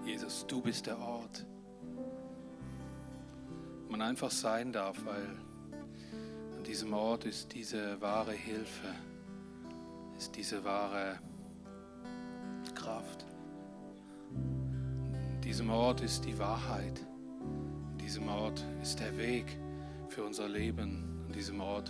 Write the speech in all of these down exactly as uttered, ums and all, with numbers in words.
Jesus, du bist der Ort, wo man einfach sein darf, weil an diesem Ort ist diese wahre Hilfe, ist diese wahre Kraft. An diesem Ort ist die Wahrheit. An diesem Ort ist der Weg für unser Leben. An diesem Ort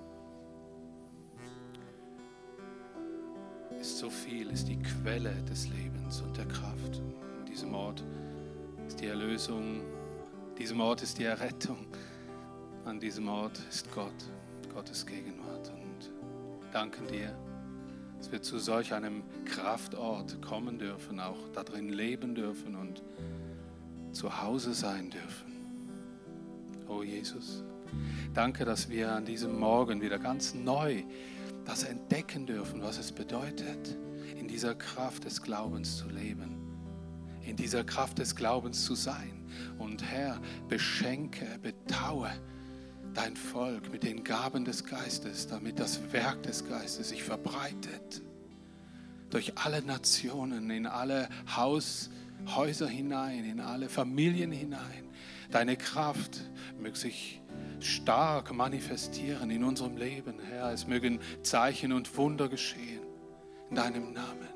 ist so viel, ist die Quelle des Lebens und der Kraft. An diesem Ort ist die Erlösung, an diesem Ort ist die Errettung, an diesem Ort ist Gott, Gottes Gegenwart. Und wir danken dir, dass wir zu solch einem Kraftort kommen dürfen, auch da drin leben dürfen und zu Hause sein dürfen. Oh Jesus, danke, dass wir an diesem Morgen wieder ganz neu das entdecken dürfen, was es bedeutet, in dieser Kraft des Glaubens zu leben, in dieser Kraft des Glaubens zu sein. Und Herr, beschenke, betaue dein Volk mit den Gaben des Geistes, damit das Werk des Geistes sich verbreitet durch alle Nationen, in alle Haus, Häuser hinein, in alle Familien hinein. Deine Kraft möge sich stark manifestieren in unserem Leben, Herr. Es mögen Zeichen und Wunder geschehen in deinem Namen.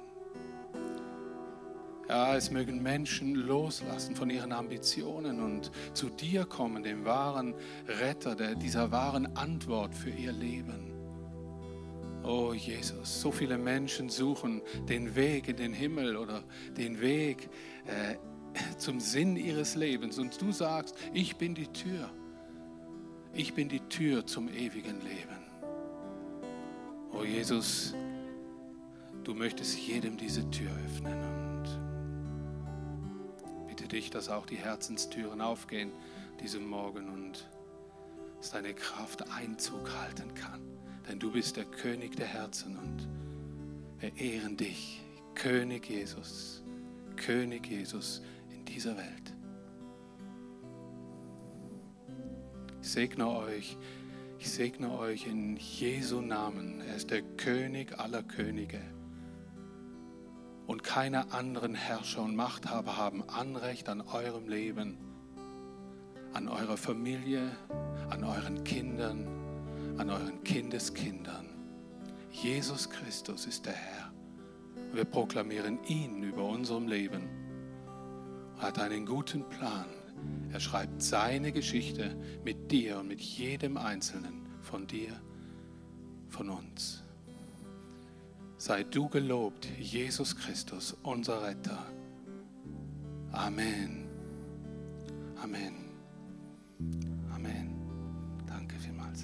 Ja, es mögen Menschen loslassen von ihren Ambitionen und zu dir kommen, dem wahren Retter, der, dieser wahren Antwort für ihr Leben. Oh Jesus, so viele Menschen suchen den Weg in den Himmel oder den Weg äh, zum Sinn ihres Lebens. Und du sagst, ich bin die Tür. Ich bin die Tür zum ewigen Leben. Oh Jesus, du möchtest jedem diese Tür öffnen und bitte dich, dass auch die Herzenstüren aufgehen diesem Morgen und dass deine Kraft Einzug halten kann. Denn du bist der König der Herzen und wir ehren dich, König Jesus, König Jesus in dieser Welt. Ich segne euch, ich segne euch in Jesu Namen. Er ist der König aller Könige. Und keine anderen Herrscher und Machthaber haben Anrecht an eurem Leben, an eurer Familie, an euren Kindern, an euren Kindeskindern. Jesus Christus ist der Herr. Wir proklamieren ihn über unserem Leben. Er hat einen guten Plan. Er schreibt seine Geschichte mit dir und mit jedem Einzelnen von dir, von uns. Sei du gelobt, Jesus Christus, unser Retter. Amen. Amen. Amen. Danke vielmals.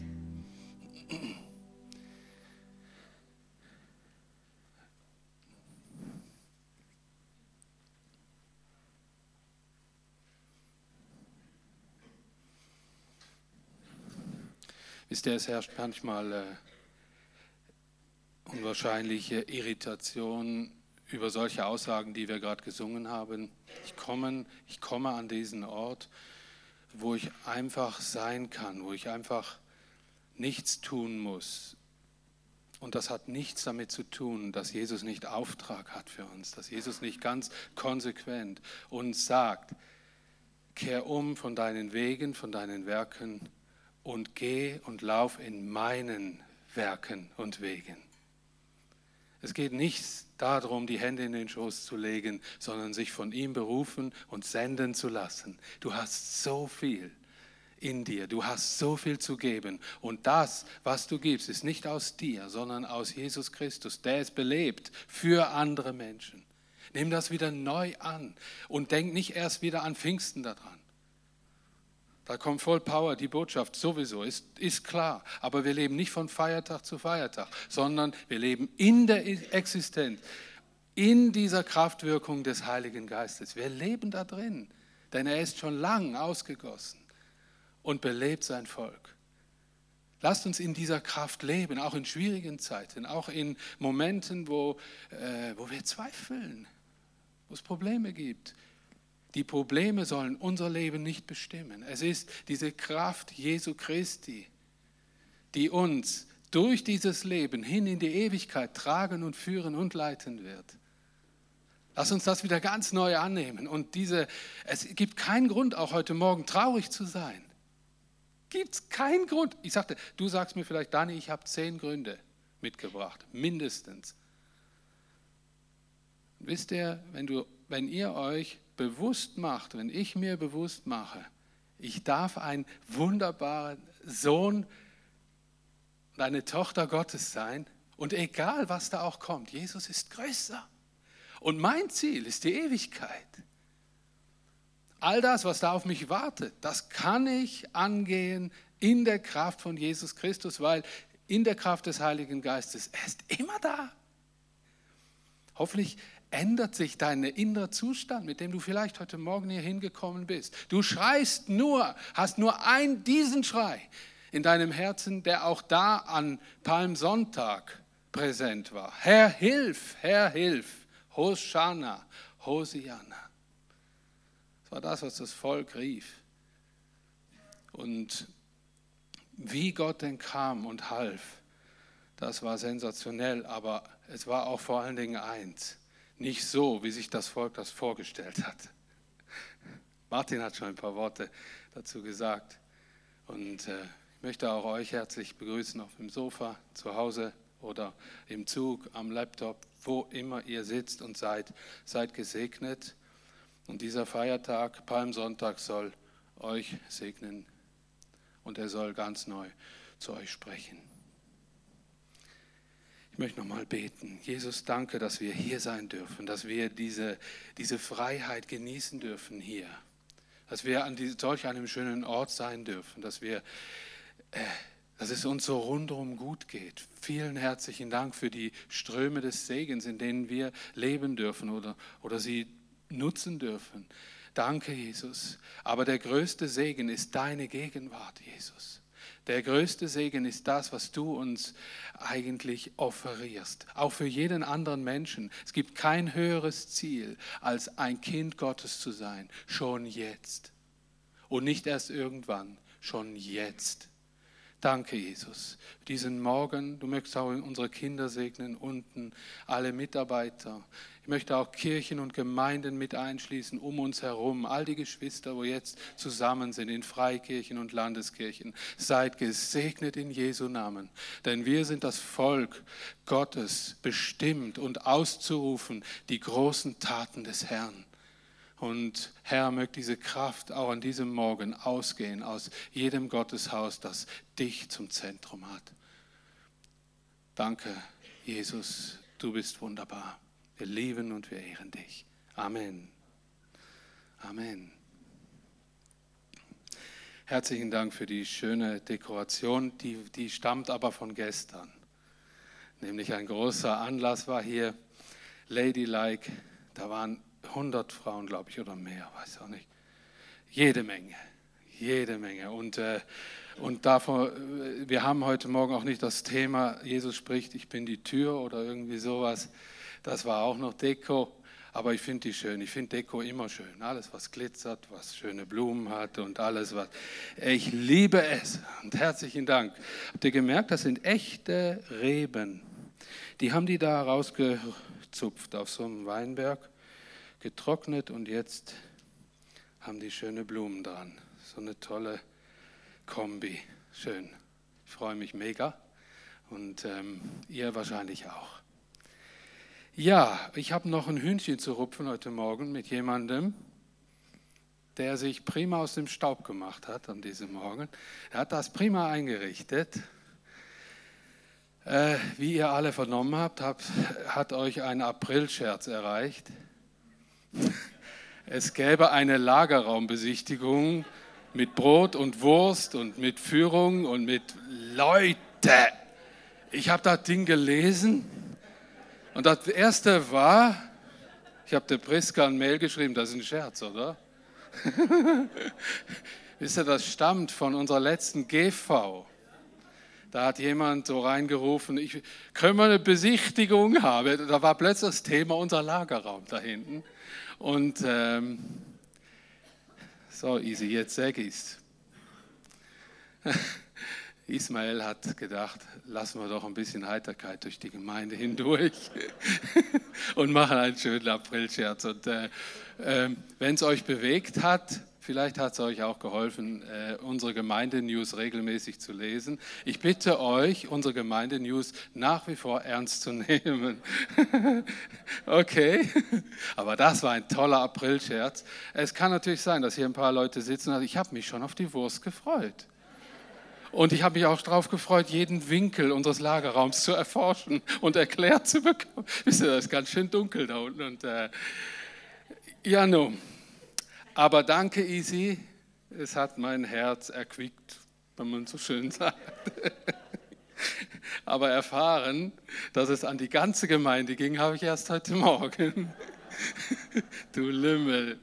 Wisst ihr, es herrscht manchmal äh, unwahrscheinliche Irritation über solche Aussagen, die wir gerade gesungen haben. Ich komme, ich komme an diesen Ort, wo ich einfach sein kann, wo ich einfach nichts tun muss. Und das hat nichts damit zu tun, dass Jesus nicht Auftrag hat für uns, dass Jesus nicht ganz konsequent uns sagt, kehr um von deinen Wegen, von deinen Werken und geh und lauf in meinen Werken und Wegen. Es geht nicht darum, die Hände in den Schoß zu legen, sondern sich von ihm berufen und senden zu lassen. Du hast so viel in dir, du hast so viel zu geben. Und das, was du gibst, ist nicht aus dir, sondern aus Jesus Christus, der es belebt für andere Menschen. Nimm das wieder neu an und denk nicht erst wieder an Pfingsten daran. Da kommt voll Power, die Botschaft sowieso, ist, ist klar. Aber wir leben nicht von Feiertag zu Feiertag, sondern wir leben in der Existenz, in dieser Kraftwirkung des Heiligen Geistes. Wir leben da drin, denn er ist schon lang ausgegossen und belebt sein Volk. Lasst uns in dieser Kraft leben, auch in schwierigen Zeiten, auch in Momenten, wo, äh, wo wir zweifeln, wo es Probleme gibt. Die Probleme sollen unser Leben nicht bestimmen. Es ist diese Kraft Jesu Christi, die uns durch dieses Leben hin in die Ewigkeit tragen und führen und leiten wird. Lass uns das wieder ganz neu annehmen. Und diese, es gibt keinen Grund, auch heute Morgen traurig zu sein. Gibt es keinen Grund. Ich sagte, du sagst mir vielleicht, Dani, ich habe zehn Gründe mitgebracht, mindestens. Wisst ihr, wenn, du, wenn ihr euch bewusst macht, wenn ich mir bewusst mache, ich darf ein wunderbarer Sohn und eine Tochter Gottes sein und egal, was da auch kommt, Jesus ist größer. Und mein Ziel ist die Ewigkeit. All das, was da auf mich wartet, das kann ich angehen in der Kraft von Jesus Christus, weil in der Kraft des Heiligen Geistes, er ist immer da. Hoffentlich ändert sich dein innerer Zustand, mit dem du vielleicht heute Morgen hier hingekommen bist. Du schreist nur, hast nur einen, diesen Schrei in deinem Herzen, der auch da an Palmsonntag präsent war. Herr, hilf, Herr, hilf. Hosanna, Hosianna. Das war das, was das Volk rief. Und wie Gott denn kam und half, das war sensationell, aber es war auch vor allen Dingen eins. Nicht so, wie sich das Volk das vorgestellt hat. Martin hat schon ein paar Worte dazu gesagt. Und äh, ich möchte auch euch herzlich begrüßen auf dem Sofa, zu Hause oder im Zug, am Laptop, wo immer ihr sitzt und seid, seid gesegnet. Und dieser Feiertag, Palmsonntag, soll euch segnen und er soll ganz neu zu euch sprechen. Ich möchte nochmal beten. Jesus, danke, dass wir hier sein dürfen, dass wir diese, diese Freiheit genießen dürfen hier, dass wir an die, solch einem schönen Ort sein dürfen, dass wir... Äh, dass es uns so rundherum gut geht. Vielen herzlichen Dank für die Ströme des Segens, in denen wir leben dürfen oder, oder sie nutzen dürfen. Danke, Jesus. Aber der größte Segen ist deine Gegenwart, Jesus. Der größte Segen ist das, was du uns eigentlich offerierst. Auch für jeden anderen Menschen. Es gibt kein höheres Ziel, als ein Kind Gottes zu sein. Schon jetzt. Und nicht erst irgendwann. Schon jetzt. Danke, Jesus. Diesen Morgen, du möchtest auch unsere Kinder segnen, unten alle Mitarbeiter. Ich möchte auch Kirchen und Gemeinden mit einschließen, um uns herum. All die Geschwister, wo jetzt zusammen sind, in Freikirchen und Landeskirchen. Seid gesegnet in Jesu Namen. Denn wir sind das Volk Gottes, bestimmt und auszurufen die großen Taten des Herrn. Und Herr, möge diese Kraft auch an diesem Morgen ausgehen aus jedem Gotteshaus, das dich zum Zentrum hat. Danke, Jesus, du bist wunderbar. Wir lieben und wir ehren dich. Amen. Amen. Herzlichen Dank für die schöne Dekoration, die, die stammt aber von gestern. Nämlich ein großer Anlass war hier, Ladylike, da waren hundert Frauen, glaube ich, oder mehr, weiß auch nicht. Jede Menge, jede Menge. Und, äh, und davon, wir haben heute Morgen auch nicht das Thema, Jesus spricht, ich bin die Tür oder irgendwie sowas. Das war auch noch Deko, aber ich finde die schön. Ich finde Deko immer schön. Alles, was glitzert, was schöne Blumen hat und alles, was... Ich liebe es und herzlichen Dank. Habt ihr gemerkt, das sind echte Reben. Die haben die da rausgezupft auf so einem Weinberg. Getrocknet und jetzt haben die schöne Blumen dran. So eine tolle Kombi. Schön. Ich freue mich mega und ähm, ihr wahrscheinlich auch. Ja, ich habe noch ein Hühnchen zu rupfen heute Morgen mit jemandem, der sich prima aus dem Staub gemacht hat an diesem Morgen. Er hat das prima eingerichtet. Äh, wie ihr alle vernommen habt, hat, hat euch ein Aprilscherz erreicht. Es gäbe eine Lagerraumbesichtigung mit Brot und Wurst und mit Führung und mit Leute. Ich habe das Ding gelesen und das erste war, ich habe der Priska ein Mail geschrieben, das ist ein Scherz, oder? Wisst ihr, das stammt von unserer letzten G V. Da hat jemand so reingerufen, ich, können wir eine Besichtigung haben? Da war plötzlich das Thema unser Lagerraum da hinten. Und ähm, so easy, jetzt sag ich's. Ismael hat gedacht, lassen wir doch ein bisschen Heiterkeit durch die Gemeinde hindurch und machen einen schönen Aprilscherz. Und äh, äh, wenn es euch bewegt hat, vielleicht hat es euch auch geholfen, äh, unsere Gemeindenews regelmäßig zu lesen. Ich bitte euch, unsere Gemeindenews nach wie vor ernst zu nehmen. Okay, aber das war ein toller Aprilscherz. Es kann natürlich sein, dass hier ein paar Leute sitzen, also ich habe mich schon auf die Wurst gefreut. Und ich habe mich auch darauf gefreut, jeden Winkel unseres Lagerraums zu erforschen und erklärt zu bekommen. Wisst ihr, das ist ganz schön dunkel da unten. Und, äh, ja, nun. Aber danke, Isi. Es hat mein Herz erquickt, wenn man so schön sagt. Aber erfahren, dass es an die ganze Gemeinde ging, habe ich erst heute Morgen. Du Lümmel.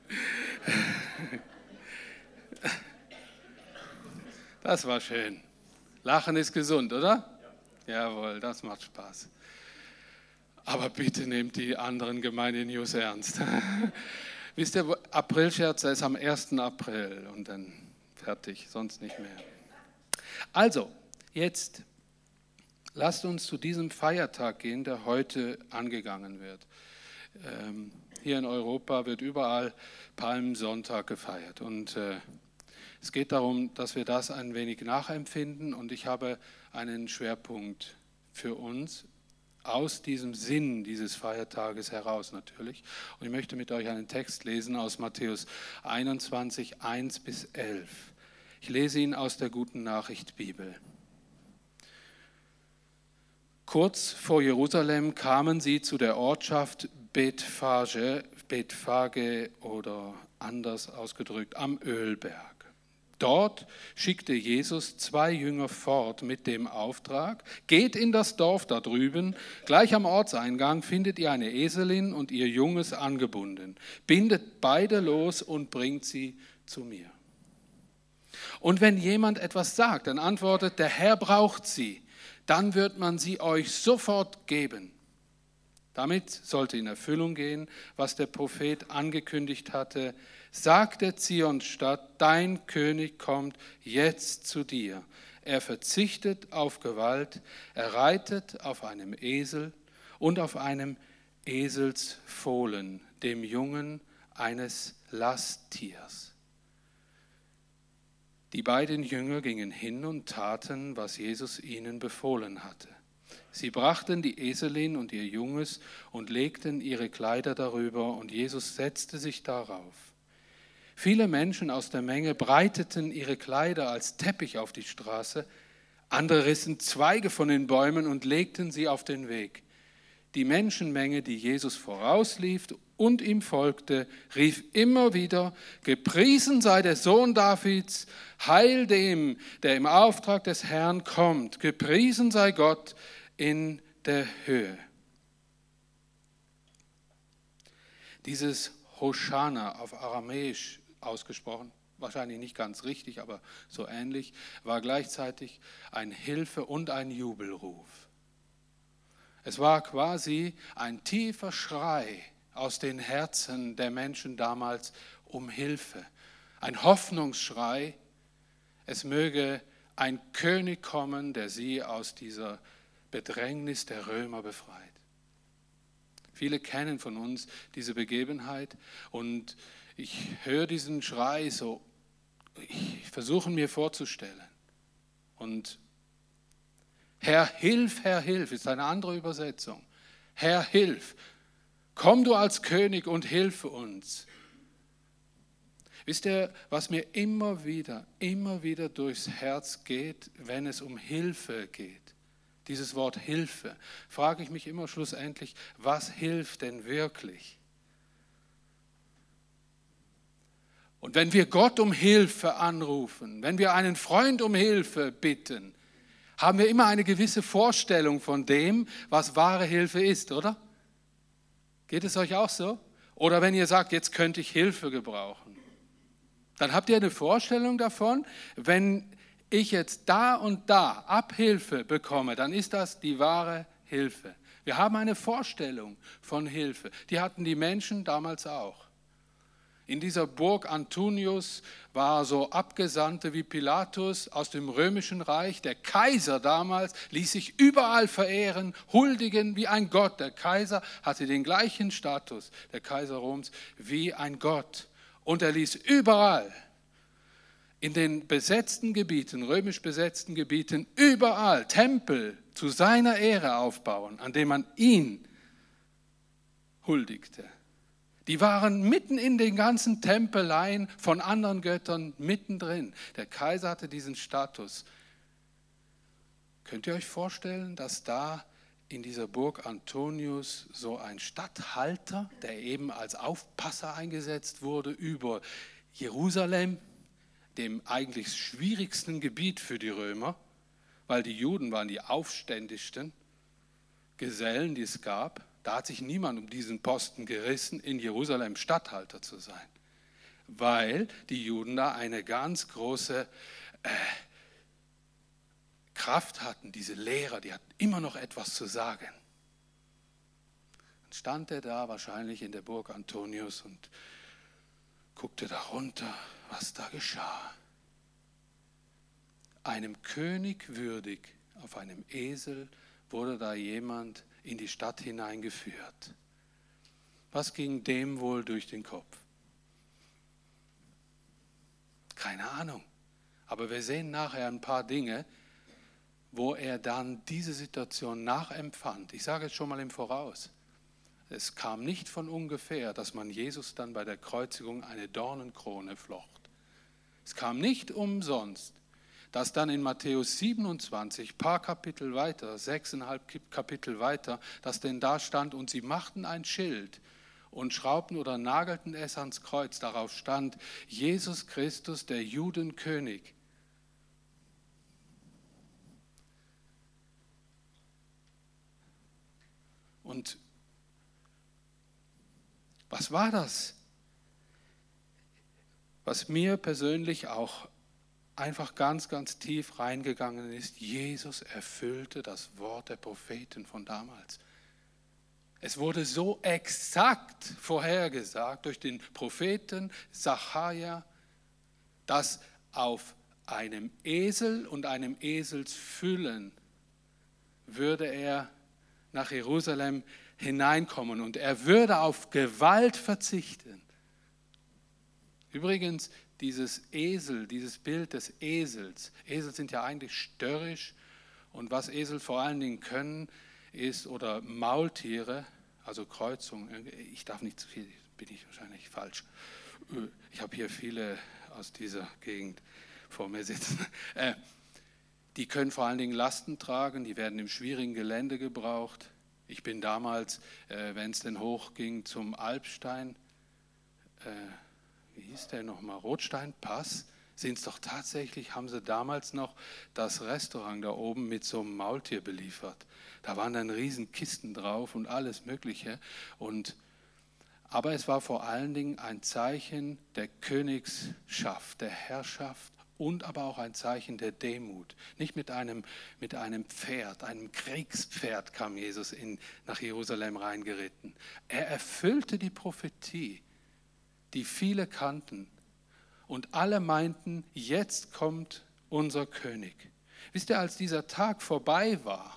Das war schön. Lachen ist gesund, oder? Ja. Jawohl, das macht Spaß. Aber bitte nehmt die anderen Gemeindenews ernst. Wisst ihr, Aprilscherz ist am ersten April und dann fertig, sonst nicht mehr. Also, jetzt lasst uns zu diesem Feiertag gehen, der heute angegangen wird. Ähm, hier in Europa wird überall Palmsonntag gefeiert und äh, es geht darum, dass wir das ein wenig nachempfinden und ich habe einen Schwerpunkt für uns aus diesem Sinn dieses Feiertages heraus natürlich. Und ich möchte mit euch einen Text lesen aus Matthäus einundzwanzig, eins bis elf. Ich lese ihn aus der Guten Nachricht Bibel. Kurz vor Jerusalem kamen sie zu der Ortschaft Bethphage, Bethphage oder anders ausgedrückt, am Ölberg. Dort schickte Jesus zwei Jünger fort mit dem Auftrag: Geht in das Dorf da drüben, gleich am Ortseingang findet ihr eine Eselin und ihr Junges angebunden. Bindet beide los und bringt sie zu mir. Und wenn jemand etwas sagt, dann antwortet, der Herr braucht sie, dann wird man sie euch sofort geben. Damit sollte in Erfüllung gehen, was der Prophet angekündigt hatte: Sagt der Zionsstadt, dein König kommt jetzt zu dir. Er verzichtet auf Gewalt, er reitet auf einem Esel und auf einem Eselsfohlen, dem Jungen eines Lasttiers. Die beiden Jünger gingen hin und taten, was Jesus ihnen befohlen hatte. Sie brachten die Eselin und ihr Junges und legten ihre Kleider darüber, und Jesus setzte sich darauf. Viele Menschen aus der Menge breiteten ihre Kleider als Teppich auf die Straße, andere rissen Zweige von den Bäumen und legten sie auf den Weg. Die Menschenmenge, die Jesus vorauslief und ihm folgte, rief immer wieder: Gepriesen sei der Sohn Davids, Heil dem, der im Auftrag des Herrn kommt, gepriesen sei Gott in der Höhe. Dieses Hosanna auf Aramäisch ausgesprochen, wahrscheinlich nicht ganz richtig, aber so ähnlich, war gleichzeitig ein Hilfe- und ein Jubelruf. Es war quasi ein tiefer Schrei aus den Herzen der Menschen damals um Hilfe, ein Hoffnungsschrei, es möge ein König kommen, der sie aus dieser Bedrängnis der Römer befreit. Viele kennen von uns diese Begebenheit und ich höre diesen Schrei so, ich versuche mir vorzustellen. Und Herr, hilf, Herr, hilf, ist eine andere Übersetzung. Herr, hilf, komm du als König und hilf uns. Wisst ihr, was mir immer wieder, immer wieder durchs Herz geht, wenn es um Hilfe geht? Dieses Wort Hilfe, frage ich mich immer schlussendlich, was hilft denn wirklich? Und wenn wir Gott um Hilfe anrufen, wenn wir einen Freund um Hilfe bitten, haben wir immer eine gewisse Vorstellung von dem, was wahre Hilfe ist, oder? Geht es euch auch so? Oder wenn ihr sagt, jetzt könnte ich Hilfe gebrauchen, dann habt ihr eine Vorstellung davon, wenn ich jetzt da und da Abhilfe bekomme, dann ist das die wahre Hilfe. Wir haben eine Vorstellung von Hilfe. Die hatten die Menschen damals auch. In dieser Burg Antonius war so Abgesandte wie Pilatus aus dem römischen Reich. Der Kaiser damals ließ sich überall verehren, huldigen wie ein Gott. Der Kaiser hatte den gleichen Status, der Kaiser Roms, wie ein Gott. Und er ließ überall in den besetzten Gebieten, römisch besetzten Gebieten, überall Tempel zu seiner Ehre aufbauen, an dem man ihn huldigte. Die waren mitten in den ganzen Tempeleien von anderen Göttern mittendrin. Der Kaiser hatte diesen Status. Könnt ihr euch vorstellen, dass da in dieser Burg Antonius so ein Statthalter, der eben als Aufpasser eingesetzt wurde über Jerusalem, dem eigentlich schwierigsten Gebiet für die Römer, weil die Juden waren die aufständigsten Gesellen, die es gab. Da hat sich niemand um diesen Posten gerissen, in Jerusalem Statthalter zu sein, weil die Juden da eine ganz große äh, Kraft hatten, diese Lehrer, die hatten immer noch etwas zu sagen. Dann stand er da wahrscheinlich in der Burg Antonius und guckte da runter, was da geschah. Einem König würdig, auf einem Esel wurde da jemand in die Stadt hineingeführt. Was ging dem wohl durch den Kopf? Keine Ahnung. Aber wir sehen nachher ein paar Dinge, wo er dann diese Situation nachempfand. Ich sage es schon mal im Voraus. Es kam nicht von ungefähr, dass man Jesus dann bei der Kreuzigung eine Dornenkrone flocht. Es kam nicht umsonst, dass dann in Matthäus siebenundzwanzig, paar Kapitel weiter, sechseinhalb Kapitel weiter, dass denn da stand, und sie machten ein Schild und schraubten oder nagelten es ans Kreuz. Darauf stand, Jesus Christus, der Judenkönig. Und was war das? Was mir persönlich auch einfach ganz, ganz tief reingegangen ist, Jesus erfüllte das Wort der Propheten von damals. Es wurde so exakt vorhergesagt durch den Propheten Sacharja, dass auf einem Esel und einem Eselsfüllen würde er nach Jerusalem hineinkommen und er würde auf Gewalt verzichten. Übrigens, dieses Esel, dieses Bild des Esels, Esel sind ja eigentlich störrisch und was Esel vor allen Dingen können, ist, oder Maultiere, also Kreuzung, ich darf nicht zu viel, bin ich wahrscheinlich falsch. Ich habe hier viele aus dieser Gegend vor mir sitzen. Die können vor allen Dingen Lasten tragen, die werden im schwierigen Gelände gebraucht. Ich bin damals, wenn es denn hochging zum Alpstein, wie hieß der nochmal, Rotsteinpass, sind es doch tatsächlich, haben sie damals noch das Restaurant da oben mit so einem Maultier beliefert. Da waren dann riesen Kisten drauf und alles Mögliche. Und, aber es war vor allen Dingen ein Zeichen der Königsschaft, der Herrschaft und aber auch ein Zeichen der Demut. Nicht mit einem, mit einem Pferd, einem Kriegspferd kam Jesus in, nach Jerusalem reingeritten. Er erfüllte die Prophetie, die viele kannten. Und alle meinten, jetzt kommt unser König. Wisst ihr, als dieser Tag vorbei war,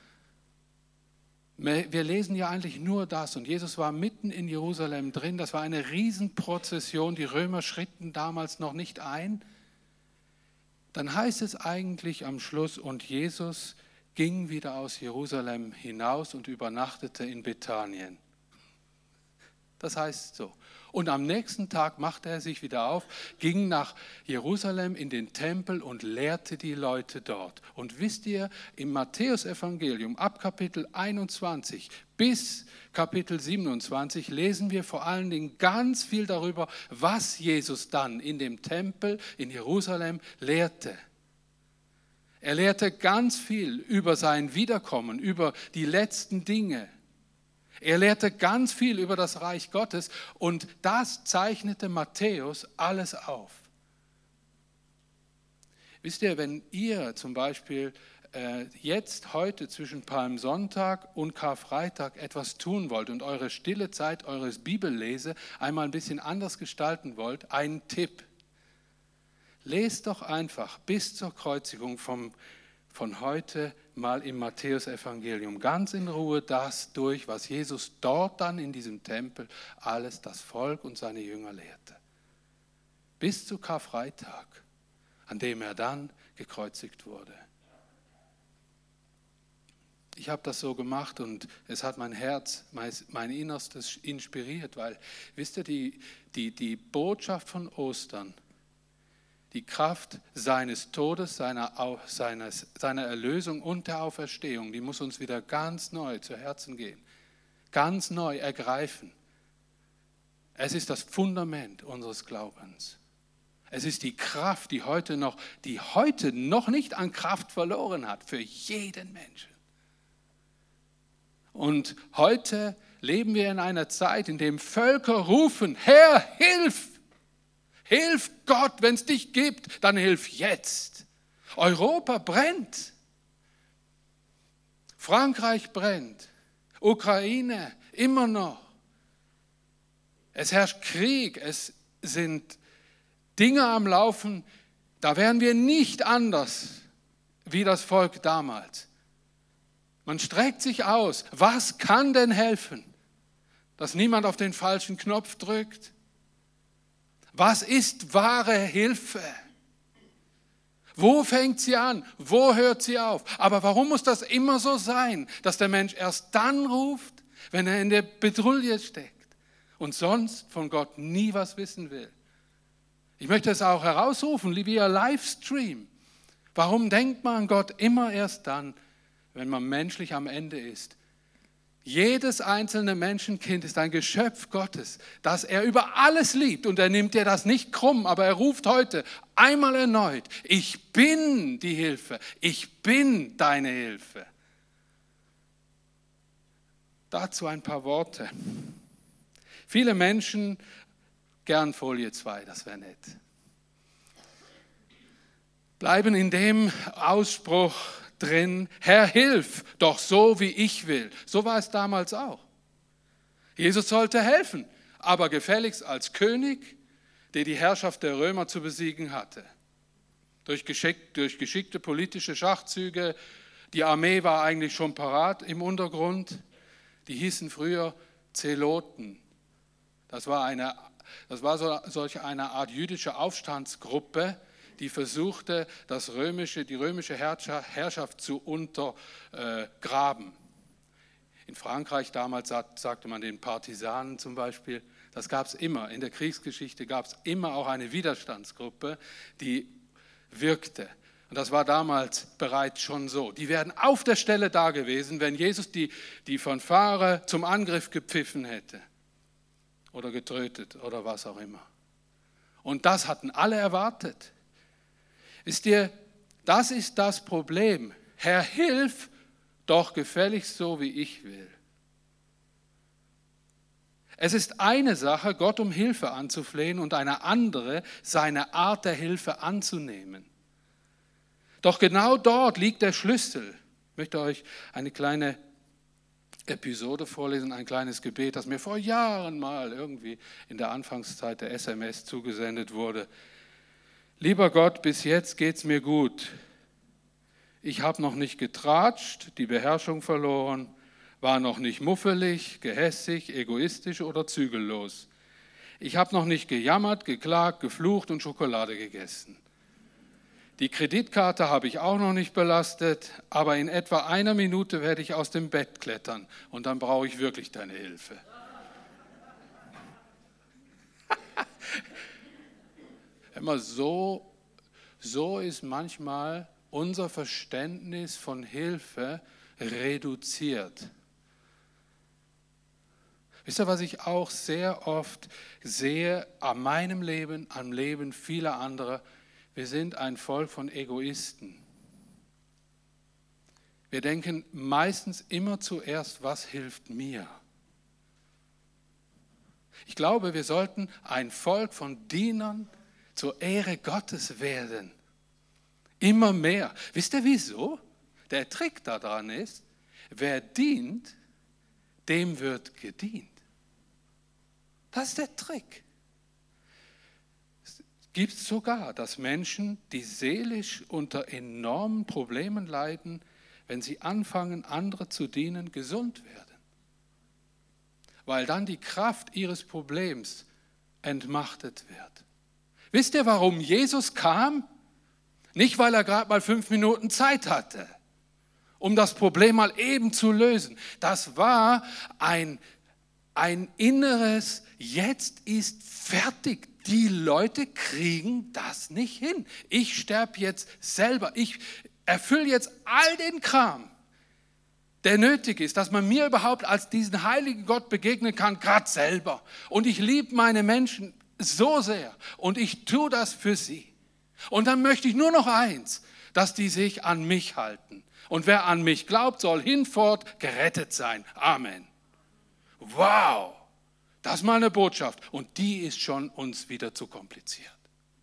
wir lesen ja eigentlich nur das und Jesus war mitten in Jerusalem drin, das war eine Riesenprozession, die Römer schritten damals noch nicht ein. Dann heißt es eigentlich am Schluss, und Jesus ging wieder aus Jerusalem hinaus und übernachtete in Bethanien. Das heißt so. Und am nächsten Tag machte er sich wieder auf, ging nach Jerusalem in den Tempel und lehrte die Leute dort. Und wisst ihr, im Matthäusevangelium ab Kapitel einundzwanzig bis Kapitel siebenundzwanzig lesen wir vor allen Dingen ganz viel darüber, was Jesus dann in dem Tempel in Jerusalem lehrte. Er lehrte ganz viel über sein Wiederkommen, über die letzten Dinge. Er lehrte ganz viel über das Reich Gottes und das zeichnete Matthäus alles auf. Wisst ihr, wenn ihr zum Beispiel äh, jetzt, heute zwischen Palmsonntag und Karfreitag etwas tun wollt und eure stille Zeit, eures Bibellese einmal ein bisschen anders gestalten wollt, ein Tipp. Lest doch einfach bis zur Kreuzigung vom, von heute mal im Matthäusevangelium ganz in Ruhe das durch, was Jesus dort dann in diesem Tempel alles das Volk und seine Jünger lehrte. Bis zu Karfreitag, an dem er dann gekreuzigt wurde. Ich habe das so gemacht und es hat mein Herz, mein Innerstes inspiriert, weil, wisst ihr, die, die, die Botschaft von Ostern, die Kraft seines Todes, seiner, seines, seiner Erlösung und der Auferstehung, die muss uns wieder ganz neu zu Herzen gehen, ganz neu ergreifen. Es ist das Fundament unseres Glaubens. Es ist die Kraft, die heute noch, die heute noch nicht an Kraft verloren hat, für jeden Menschen. Und heute leben wir in einer Zeit, in der Völker rufen, Herr, hilf! Hilf Gott, wenn es dich gibt, dann hilf jetzt. Europa brennt. Frankreich brennt. Ukraine immer noch. Es herrscht Krieg. Es sind Dinge am Laufen. Da wären wir nicht anders wie das Volk damals. Man streckt sich aus. Was kann denn helfen? Dass niemand auf den falschen Knopf drückt? Was ist wahre Hilfe? Wo fängt sie an? Wo hört sie auf? Aber warum muss das immer so sein, dass der Mensch erst dann ruft, wenn er in der Bedrulle steckt und sonst von Gott nie was wissen will? Ich möchte es auch herausrufen, via Livestream. Warum denkt man an Gott immer erst dann, wenn man menschlich am Ende ist? Jedes einzelne Menschenkind ist ein Geschöpf Gottes, das er über alles liebt und er nimmt dir das nicht krumm, aber er ruft heute einmal erneut, ich bin die Hilfe, ich bin deine Hilfe. Dazu ein paar Worte. Viele Menschen, gern Folie zwei, das wäre nett, bleiben in dem Ausspruch drin, Herr, hilf, doch so wie ich will. So war es damals auch. Jesus sollte helfen, aber gefälligst als König, der die Herrschaft der Römer zu besiegen hatte. Durch, geschick, durch geschickte politische Schachzüge, die Armee war eigentlich schon parat im Untergrund, die hießen früher Zeloten. Das war, eine, das war so, solch eine Art jüdische Aufstandsgruppe, die versuchte, das römische, die römische Herrschaft zu untergraben. In Frankreich damals sagte man den Partisanen zum Beispiel, das gab es immer. In der Kriegsgeschichte gab es immer auch eine Widerstandsgruppe, die wirkte. Und das war damals bereits schon so. Die wären auf der Stelle da gewesen, wenn Jesus die, die Fanfare zum Angriff gepfiffen hätte oder getrötet oder was auch immer. Und das hatten alle erwartet. Ist dir, das ist das Problem. Herr, hilf, doch gefälligst so, wie ich will. Es ist eine Sache, Gott um Hilfe anzuflehen und eine andere, seine Art der Hilfe anzunehmen. Doch genau dort liegt der Schlüssel. Ich möchte euch eine kleine Episode vorlesen, ein kleines Gebet, das mir vor Jahren mal irgendwie in der Anfangszeit der S M S zugesendet wurde. Lieber Gott, bis jetzt geht's mir gut. Ich habe noch nicht getratscht, die Beherrschung verloren, war noch nicht muffelig, gehässig, egoistisch oder zügellos. Ich habe noch nicht gejammert, geklagt, geflucht und Schokolade gegessen. Die Kreditkarte habe ich auch noch nicht belastet, aber in etwa einer Minute werde ich aus dem Bett klettern und dann brauche ich wirklich deine Hilfe. Immer so, so ist manchmal unser Verständnis von Hilfe reduziert. Wisst ihr, was ich auch sehr oft sehe an meinem Leben, am Leben vieler anderer? Wir sind ein Volk von Egoisten. Wir denken meistens immer zuerst, was hilft mir? Ich glaube, wir sollten ein Volk von Dienern zur Ehre Gottes werden. Immer mehr. Wisst ihr wieso? Der Trick daran ist, wer dient, dem wird gedient. Das ist der Trick. Es gibt sogar, dass Menschen, die seelisch unter enormen Problemen leiden, wenn sie anfangen, andere zu dienen, gesund werden. Weil dann die Kraft ihres Problems entmachtet wird. Wisst ihr, warum Jesus kam? Nicht, weil er gerade mal fünf Minuten Zeit hatte, um das Problem mal eben zu lösen. Das war ein, ein inneres, jetzt ist fertig. Die Leute kriegen das nicht hin. Ich sterbe jetzt selber. Ich erfülle jetzt all den Kram, der nötig ist, dass man mir überhaupt als diesen heiligen Gott begegnen kann, gerade selber. Und ich liebe meine Menschen so sehr und ich tue das für sie. Und dann möchte ich nur noch eins, dass die sich an mich halten. Und wer an mich glaubt, soll hinfort gerettet sein. Amen. Wow, das ist mal eine Botschaft. Und die ist schon uns wieder zu kompliziert.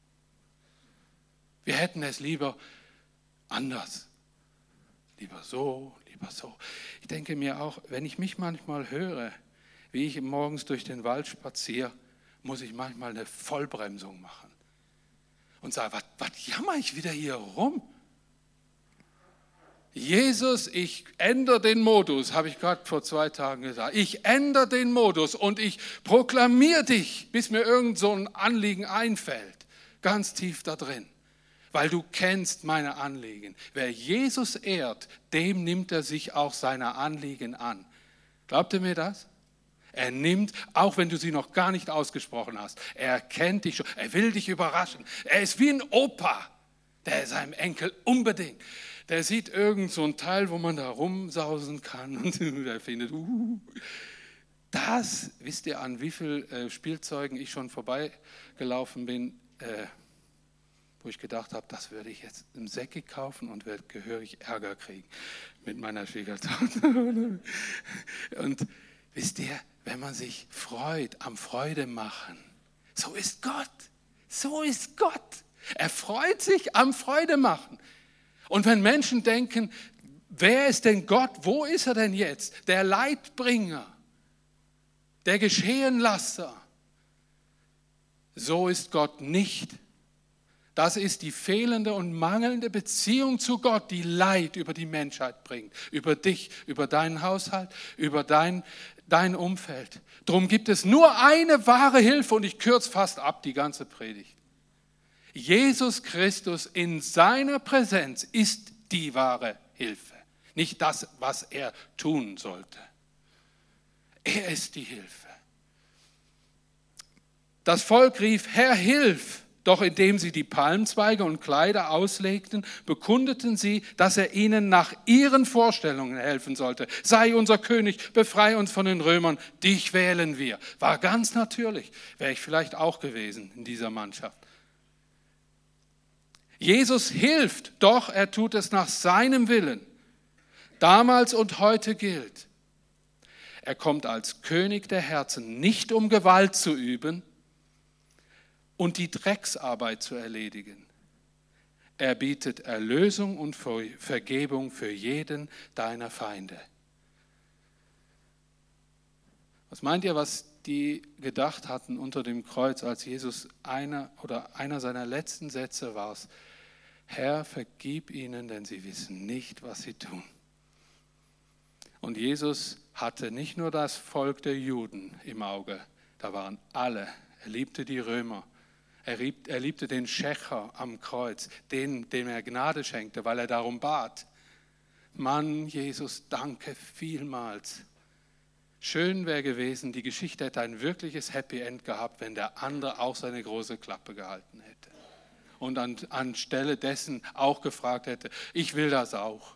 Wir hätten es lieber anders. Lieber so, lieber so. Ich denke mir auch, wenn ich mich manchmal höre, wie ich morgens durch den Wald spaziere, muss ich manchmal eine Vollbremsung machen. Und sage, was, was jammer ich wieder hier rum? Jesus, ich ändere den Modus, habe ich gerade vor zwei Tagen gesagt. Ich ändere den Modus und ich proklamiere dich, bis mir irgend so ein Anliegen einfällt. Ganz tief da drin. Weil du kennst meine Anliegen. Wer Jesus ehrt, dem nimmt er sich auch seiner Anliegen an. Glaubt ihr mir das? Er nimmt, auch wenn du sie noch gar nicht ausgesprochen hast, er kennt dich schon, er will dich überraschen. Er ist wie ein Opa, der seinem Enkel unbedingt, der sieht irgend so ein Teil, wo man da rumsausen kann und der findet, uh, das, wisst ihr, an wie vielen Spielzeugen ich schon vorbeigelaufen bin, äh, wo ich gedacht habe, das würde ich jetzt im Säcki kaufen und werde gehörig Ärger kriegen mit meiner Schwiegertochter. Und wisst ihr, wenn man sich freut am Freude machen, so ist Gott, so ist Gott. Er freut sich am Freude machen. Und wenn Menschen denken, wer ist denn Gott, wo ist er denn jetzt? Der Leidbringer, der Geschehenlasser. So ist Gott nicht. Das ist die fehlende und mangelnde Beziehung zu Gott, die Leid über die Menschheit bringt, über dich, über deinen Haushalt, über dein, dein Umfeld. Darum gibt es nur eine wahre Hilfe und ich kürze fast ab die ganze Predigt. Jesus Christus in seiner Präsenz ist die wahre Hilfe, nicht das, was er tun sollte. Er ist die Hilfe. Das Volk rief, Herr, hilf! Doch indem sie die Palmzweige und Kleider auslegten, bekundeten sie, dass er ihnen nach ihren Vorstellungen helfen sollte. Sei unser König, befreie uns von den Römern, dich wählen wir. War ganz natürlich, wäre ich vielleicht auch gewesen in dieser Mannschaft. Jesus hilft, doch er tut es nach seinem Willen. Damals und heute gilt, er kommt als König der Herzen, nicht um Gewalt zu üben, und die Drecksarbeit zu erledigen. Er bietet Erlösung und Vergebung für jeden deiner Feinde. Was meint ihr, was die gedacht hatten unter dem Kreuz, als Jesus einer oder einer seiner letzten Sätze war? Herr, vergib ihnen, denn sie wissen nicht, was sie tun. Und Jesus hatte nicht nur das Volk der Juden im Auge, da waren alle. Er liebte die Römer. Er liebte, er liebte den Schächer am Kreuz, den, dem er Gnade schenkte, weil er darum bat. Mann, Jesus, danke vielmals. Schön wäre gewesen, die Geschichte hätte ein wirkliches Happy End gehabt, wenn der andere auch seine große Klappe gehalten hätte. Und an, anstelle dessen auch gefragt hätte, ich will das auch.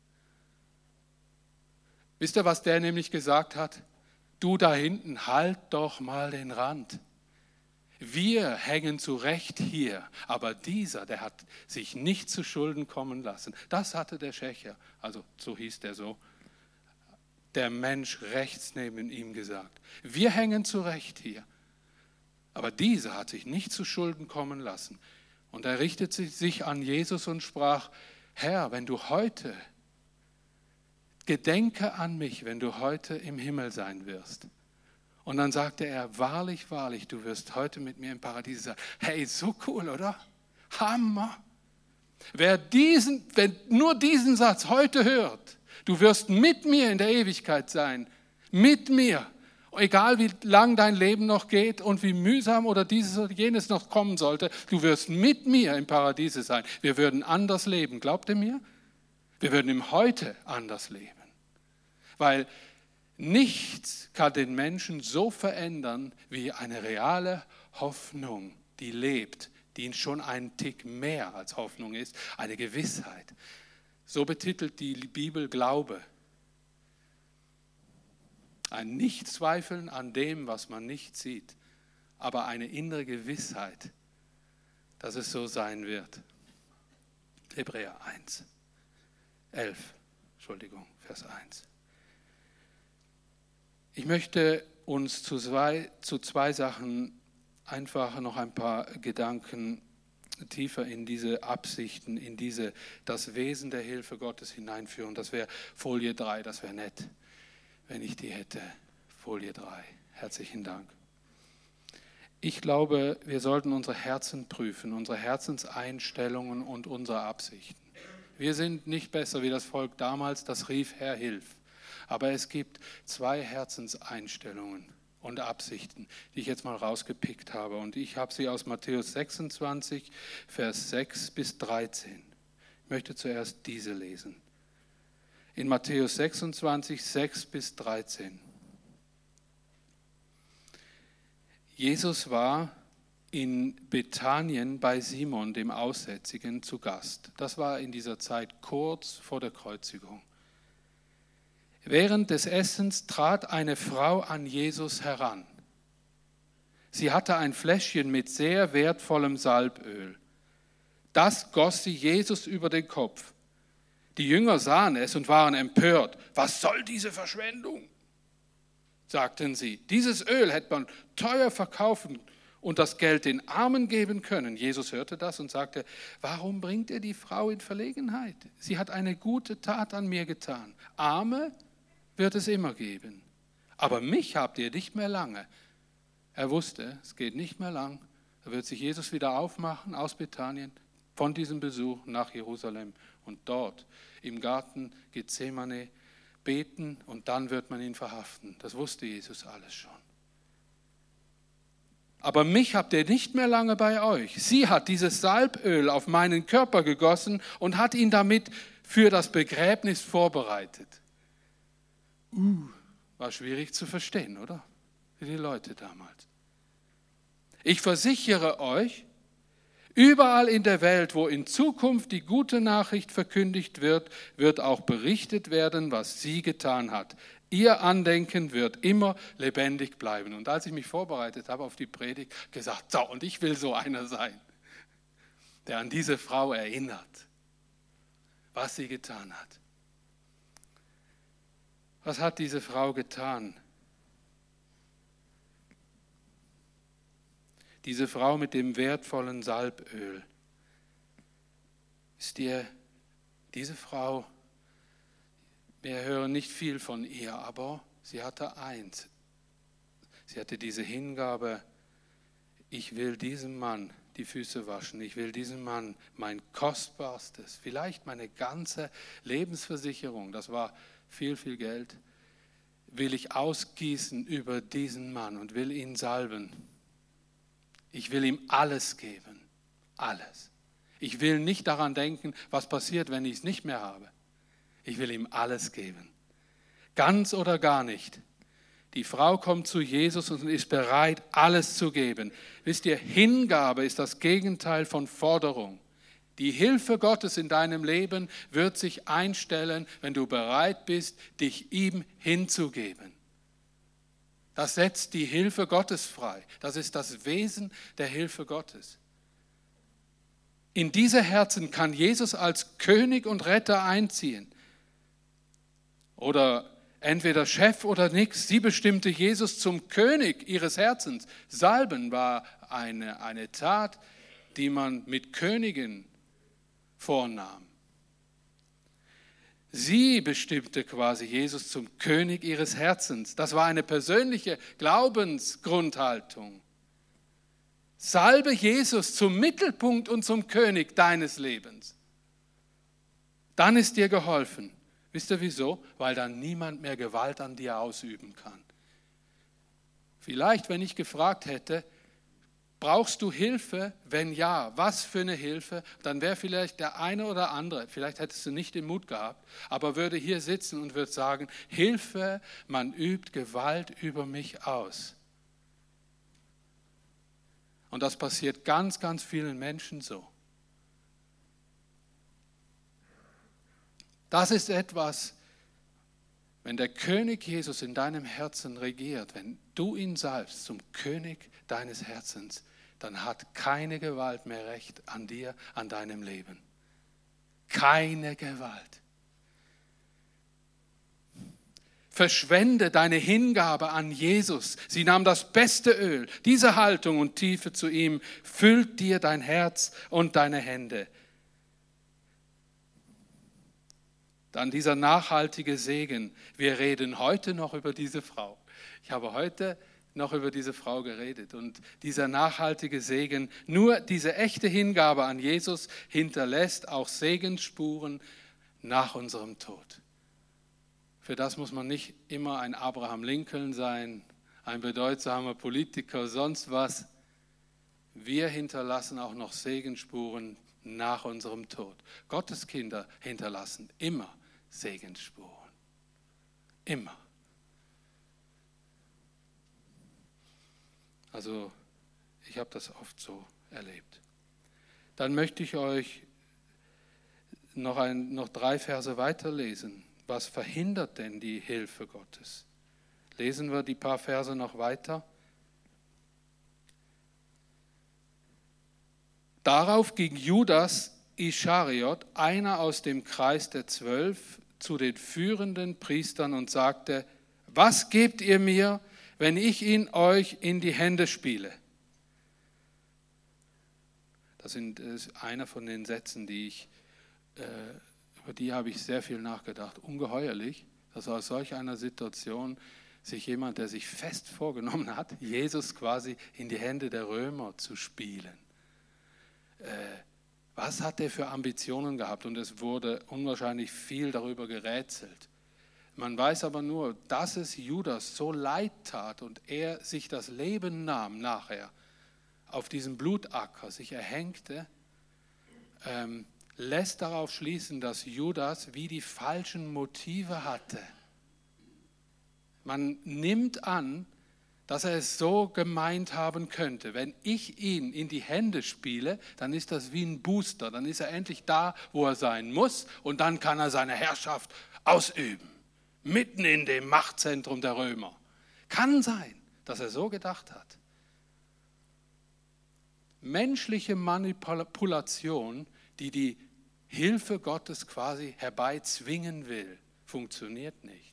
Wisst ihr, was der nämlich gesagt hat? Du da hinten, halt doch mal den Rand. Wir hängen zurecht hier, aber dieser, der hat sich nicht zu Schulden kommen lassen. Das hatte der Schächer, also so hieß der so, der Mensch rechts neben ihm gesagt. Wir hängen zurecht hier, aber dieser hat sich nicht zu Schulden kommen lassen. Und er richtete sich an Jesus und sprach, Herr, wenn du heute gedenke an mich, wenn du heute im Himmel sein wirst. Und dann sagte er, wahrlich, wahrlich, du wirst heute mit mir im Paradies sein. Hey, so cool, oder? Hammer. Wer diesen, wenn nur diesen Satz heute hört, du wirst mit mir in der Ewigkeit sein, mit mir, egal wie lang dein Leben noch geht und wie mühsam oder dieses oder jenes noch kommen sollte, du wirst mit mir im Paradiese sein. Wir würden anders leben, glaubt ihr mir? Wir würden im Heute anders leben, weil nichts kann den Menschen so verändern wie eine reale Hoffnung, die lebt, die schon einen Tick mehr als Hoffnung ist, eine Gewissheit. So betitelt die Bibel Glaube. Ein Nichtzweifeln an dem, was man nicht sieht, aber eine innere Gewissheit, dass es so sein wird. Hebräer eins, elf, Entschuldigung, Vers eins. Ich möchte uns zu zwei, zu zwei Sachen einfach noch ein paar Gedanken tiefer in diese Absichten, in diese, das Wesen der Hilfe Gottes hineinführen. Das wäre Folie drei, das wäre nett, wenn ich die hätte. Folie drei. Herzlichen Dank. Ich glaube, wir sollten unsere Herzen prüfen, unsere Herzenseinstellungen und unsere Absichten. Wir sind nicht besser wie das Volk damals, das rief, Herr, hilf. Aber es gibt zwei Herzenseinstellungen und Absichten, die ich jetzt mal rausgepickt habe. Und ich habe sie aus Matthäus sechsundzwanzig, Vers sechs bis dreizehn. Ich möchte zuerst diese lesen. In Matthäus sechsundzwanzig, sechs bis dreizehn. Jesus war in Bethanien bei Simon, dem Aussätzigen, zu Gast. Das war in dieser Zeit kurz vor der Kreuzigung. Während des Essens trat eine Frau an Jesus heran. Sie hatte ein Fläschchen mit sehr wertvollem Salböl. Das goss sie Jesus über den Kopf. Die Jünger sahen es und waren empört. Was soll diese Verschwendung? Sagten sie. Dieses Öl hätte man teuer verkaufen und das Geld den Armen geben können. Jesus hörte das und sagte, warum bringt ihr die Frau in Verlegenheit? Sie hat eine gute Tat an mir getan. Arme wird es immer geben. Aber mich habt ihr nicht mehr lange. Er wusste, es geht nicht mehr lang. Da wird sich Jesus wieder aufmachen aus Bethanien von diesem Besuch nach Jerusalem und dort im Garten Gethsemane beten und dann wird man ihn verhaften. Das wusste Jesus alles schon. Aber mich habt ihr nicht mehr lange bei euch. Sie hat dieses Salböl auf meinen Körper gegossen und hat ihn damit für das Begräbnis vorbereitet. Uh, war schwierig zu verstehen, oder? Für die Leute damals. Ich versichere euch, überall in der Welt, wo in Zukunft die gute Nachricht verkündigt wird, wird auch berichtet werden, was sie getan hat. Ihr Andenken wird immer lebendig bleiben. Und als ich mich vorbereitet habe auf die Predigt, gesagt, so, und ich will so einer sein, der an diese Frau erinnert, was sie getan hat. Was hat diese Frau getan? Diese Frau mit dem wertvollen Salböl. Ist dir diese Frau, wir hören nicht viel von ihr, aber sie hatte eins. Sie hatte diese Hingabe, ich will diesem Mann die Füße waschen, ich will diesem Mann mein Kostbarstes, vielleicht meine ganze Lebensversicherung, das war viel, viel Geld, will ich ausgießen über diesen Mann und will ihn salben. Ich will ihm alles geben, alles. Ich will nicht daran denken, was passiert, wenn ich es nicht mehr habe. Ich will ihm alles geben, ganz oder gar nicht. Die Frau kommt zu Jesus und ist bereit, alles zu geben. Wisst ihr, Hingabe ist das Gegenteil von Forderung. Die Hilfe Gottes in deinem Leben wird sich einstellen, wenn du bereit bist, dich ihm hinzugeben. Das setzt die Hilfe Gottes frei. Das ist das Wesen der Hilfe Gottes. In diese Herzen kann Jesus als König und Retter einziehen. Oder entweder Chef oder nix. Sie bestimmte Jesus zum König ihres Herzens. Salben war eine, eine Tat, die man mit Königen vornahm. Sie bestimmte quasi Jesus zum König ihres Herzens. Das war eine persönliche Glaubensgrundhaltung. Salbe Jesus zum Mittelpunkt und zum König deines Lebens. Dann ist dir geholfen. Wisst ihr wieso? Weil dann niemand mehr Gewalt an dir ausüben kann. Vielleicht, wenn ich gefragt hätte, brauchst du Hilfe? Wenn ja, was für eine Hilfe? Dann wäre vielleicht der eine oder andere, vielleicht hättest du nicht den Mut gehabt, aber würde hier sitzen und würde sagen, Hilfe, man übt Gewalt über mich aus. Und das passiert ganz, ganz vielen Menschen so. Das ist etwas, wenn der König Jesus in deinem Herzen regiert, wenn du ihn salbst zum König deines Herzens, dann hat keine Gewalt mehr Recht an dir, an deinem Leben. Keine Gewalt. Verschwende deine Hingabe an Jesus. Sie nahm das beste Öl. Diese Haltung und Tiefe zu ihm füllt dir dein Herz und deine Hände. Dann dieser nachhaltige Segen. Wir reden heute noch über diese Frau. Ich habe heute noch über diese Frau geredet. Und dieser nachhaltige Segen, nur diese echte Hingabe an Jesus hinterlässt auch Segensspuren nach unserem Tod. Für das muss man nicht immer ein Abraham Lincoln sein, ein bedeutsamer Politiker, sonst was. Wir hinterlassen auch noch Segensspuren nach unserem Tod. Gottes Kinder hinterlassen immer Segensspuren. Immer. Also ich habe das oft so erlebt. Dann möchte ich euch noch, ein, noch drei Verse weiterlesen. Was verhindert denn die Hilfe Gottes? Lesen wir die paar Verse noch weiter. Darauf ging Judas Ischariot, einer aus dem Kreis der Zwölf, zu den führenden Priestern und sagte, was gebt ihr mir, wenn ich ihn euch in die Hände spiele? Das ist einer von den Sätzen, die ich, äh, über die habe ich sehr viel nachgedacht. Ungeheuerlich, dass aus solch einer Situation sich jemand, der sich fest vorgenommen hat, Jesus quasi in die Hände der Römer zu spielen. Äh, was hat er für Ambitionen gehabt? Und es wurde unwahrscheinlich viel darüber gerätselt. Man weiß aber nur, dass es Judas so leid tat und er sich das Leben nahm nachher, auf diesem Blutacker sich erhängte, ähm, lässt darauf schließen, dass Judas wie die falschen Motive hatte. Man nimmt an, dass er es so gemeint haben könnte. Wenn ich ihn in die Hände spiele, dann ist das wie ein Booster. Dann ist er endlich da, wo er sein muss und dann kann er seine Herrschaft ausüben. Mitten in dem Machtzentrum der Römer. Kann sein, dass er so gedacht hat. Menschliche Manipulation, die die Hilfe Gottes quasi herbeizwingen will, funktioniert nicht.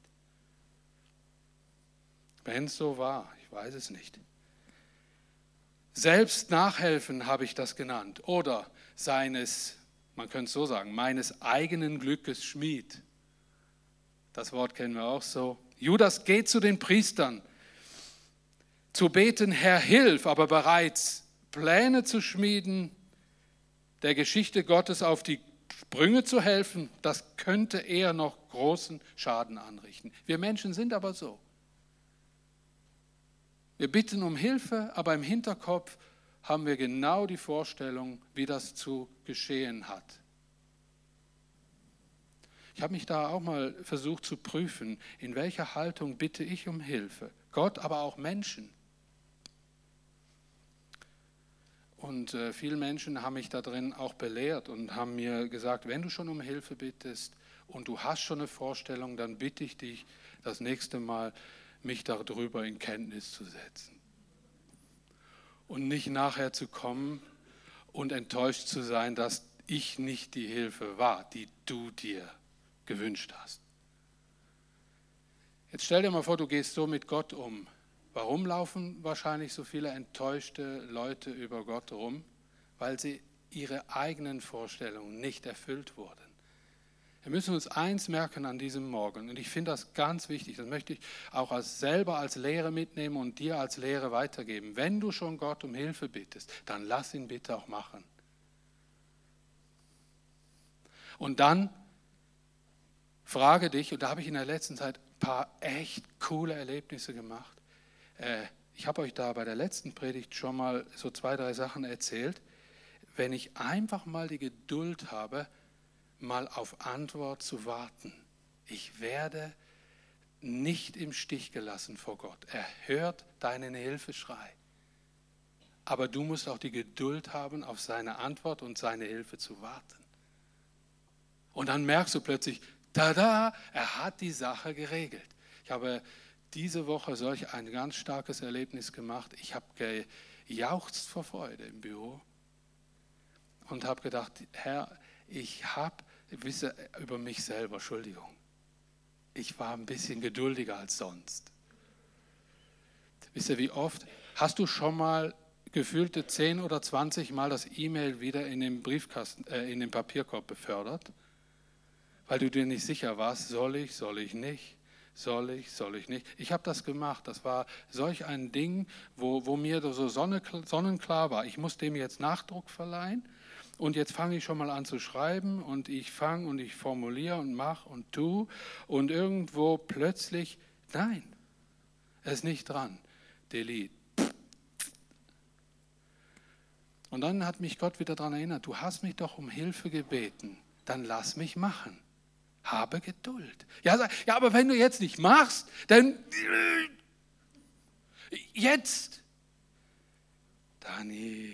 Wenn es so war, ich weiß es nicht. Selbst nachhelfen habe ich das genannt. Oder seines, man könnte es so sagen, meines eigenen Glückes Schmied. Das Wort kennen wir auch so. Judas geht zu den Priestern, zu beten, Herr, hilf, aber bereits Pläne zu schmieden, der Geschichte Gottes auf die Sprünge zu helfen, das könnte eher noch großen Schaden anrichten. Wir Menschen sind aber so. Wir bitten um Hilfe, aber im Hinterkopf haben wir genau die Vorstellung, wie das zu geschehen hat. Ich habe mich da auch mal versucht zu prüfen, in welcher Haltung bitte ich um Hilfe. Gott, aber auch Menschen. Und äh, viele Menschen haben mich da drin auch belehrt und haben mir gesagt, wenn du schon um Hilfe bittest und du hast schon eine Vorstellung, dann bitte ich dich das nächste Mal, mich darüber in Kenntnis zu setzen. Und nicht nachher zu kommen und enttäuscht zu sein, dass ich nicht die Hilfe war, die du dir gewünscht hast. Jetzt stell dir mal vor, du gehst so mit Gott um. Warum laufen wahrscheinlich so viele enttäuschte Leute über Gott rum? Weil sie ihre eigenen Vorstellungen nicht erfüllt wurden. Wir müssen uns eins merken an diesem Morgen, und ich finde das ganz wichtig, das möchte ich auch als selber als Lehre mitnehmen und dir als Lehre weitergeben. Wenn du schon Gott um Hilfe bittest, dann lass ihn bitte auch machen. Und dann frage dich, und da habe ich in der letzten Zeit ein paar echt coole Erlebnisse gemacht. Äh, ich habe euch da bei der letzten Predigt schon mal so zwei, drei Sachen erzählt. Wenn ich einfach mal die Geduld habe, mal auf Antwort zu warten. Ich werde nicht im Stich gelassen vor Gott. Er hört deinen Hilfeschrei. Aber du musst auch die Geduld haben, auf seine Antwort und seine Hilfe zu warten. Und dann merkst du plötzlich, tada, er hat die Sache geregelt. Ich habe diese Woche solch ein ganz starkes Erlebnis gemacht. Ich habe gejauchzt vor Freude im Büro und habe gedacht, Herr, ich habe, wisse über mich selber, Entschuldigung, ich war ein bisschen geduldiger als sonst. Wisst ihr, wie oft, hast du schon mal gefühlte zehn oder zwanzig Mal das E-Mail wieder in den Briefkasten, äh, in den Papierkorb befördert? Weil du dir nicht sicher warst, soll ich, soll ich nicht, soll ich, soll ich nicht. Ich habe das gemacht, das war solch ein Ding, wo, wo mir so sonnenklar war, ich muss dem jetzt Nachdruck verleihen und jetzt fange ich schon mal an zu schreiben und ich fange und ich formuliere und mache und tue und irgendwo plötzlich, nein, er ist nicht dran, delete. Und dann hat mich Gott wieder daran erinnert, du hast mich doch um Hilfe gebeten, dann lass mich machen. Habe Geduld. Ja, sag, ja, aber wenn du jetzt nicht machst, dann jetzt. Dani.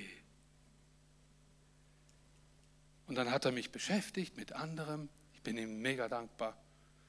Und dann hat er mich beschäftigt mit anderem. Ich bin ihm mega dankbar.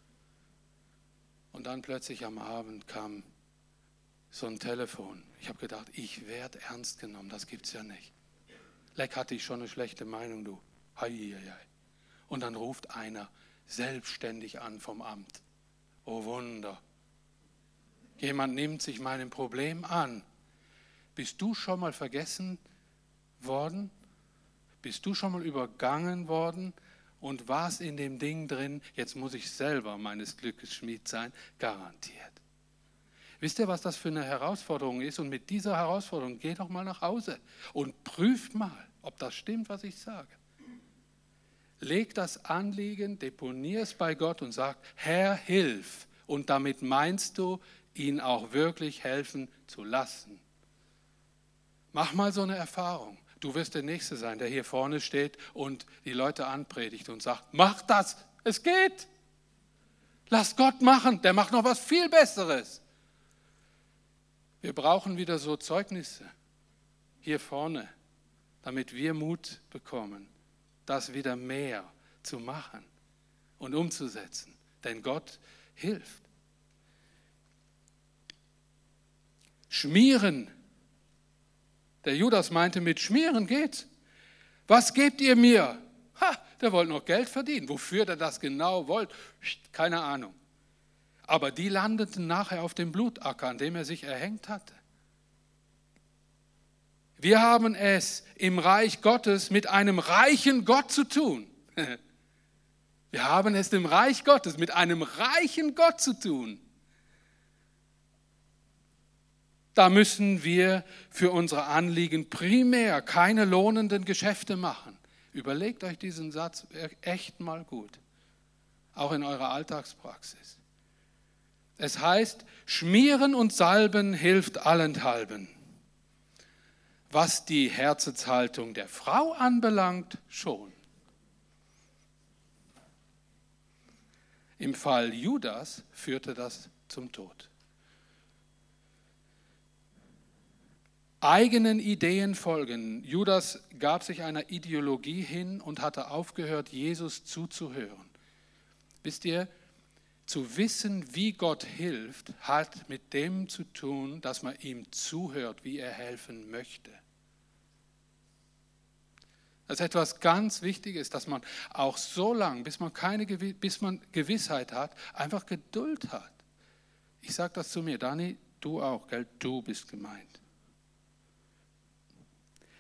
Und dann plötzlich am Abend kam so ein Telefon. Ich habe gedacht, ich werde ernst genommen, das gibt's ja nicht. Leck hatte ich schon eine schlechte Meinung, du. Hei, hei, hei. Und dann ruft einer selbstständig an vom Amt. Oh Wunder. Jemand nimmt sich meinem Problem an. Bist du schon mal vergessen worden? Bist du schon mal übergangen worden und warst in dem Ding drin, jetzt muss ich selber meines Glückes Schmied sein? Garantiert. Wisst ihr, was das für eine Herausforderung ist? Und mit dieser Herausforderung geht doch mal nach Hause und prüft mal, ob das stimmt, was ich sage. Leg das Anliegen, deponier es bei Gott und sag, Herr, hilf. Und damit meinst du, ihn auch wirklich helfen zu lassen. Mach mal so eine Erfahrung. Du wirst der Nächste sein, der hier vorne steht und die Leute anpredigt und sagt, mach das, es geht. Lass Gott machen, der macht noch was viel Besseres. Wir brauchen wieder so Zeugnisse hier vorne, damit wir Mut bekommen, das wieder mehr zu machen und umzusetzen. Denn Gott hilft. Schmieren. Der Judas meinte, mit Schmieren geht's. Was gebt ihr mir? Ha, der wollte noch Geld verdienen. Wofür der das genau wollte, keine Ahnung. Aber die landeten nachher auf dem Blutacker, an dem er sich erhängt hatte. Wir haben es im Reich Gottes mit einem reichen Gott zu tun. Wir haben es im Reich Gottes mit einem reichen Gott zu tun. Da müssen wir für unsere Anliegen primär keine lohnenden Geschäfte machen. Überlegt euch diesen Satz echt mal gut, auch in eurer Alltagspraxis. Es heißt, schmieren und salben hilft allenthalben. Was die Herzenshaltung der Frau anbelangt, schon. Im Fall Judas führte das zum Tod. Eigenen Ideen folgen. Judas gab sich einer Ideologie hin und hatte aufgehört, Jesus zuzuhören. Wisst ihr, zu wissen, wie Gott hilft, hat mit dem zu tun, dass man ihm zuhört, wie er helfen möchte. Das ist etwas ganz Wichtiges, dass man auch so lange, bis man keine, bis man Gewissheit hat, einfach Geduld hat. Ich sage das zu mir, Dani, du auch, gell? Du bist gemeint.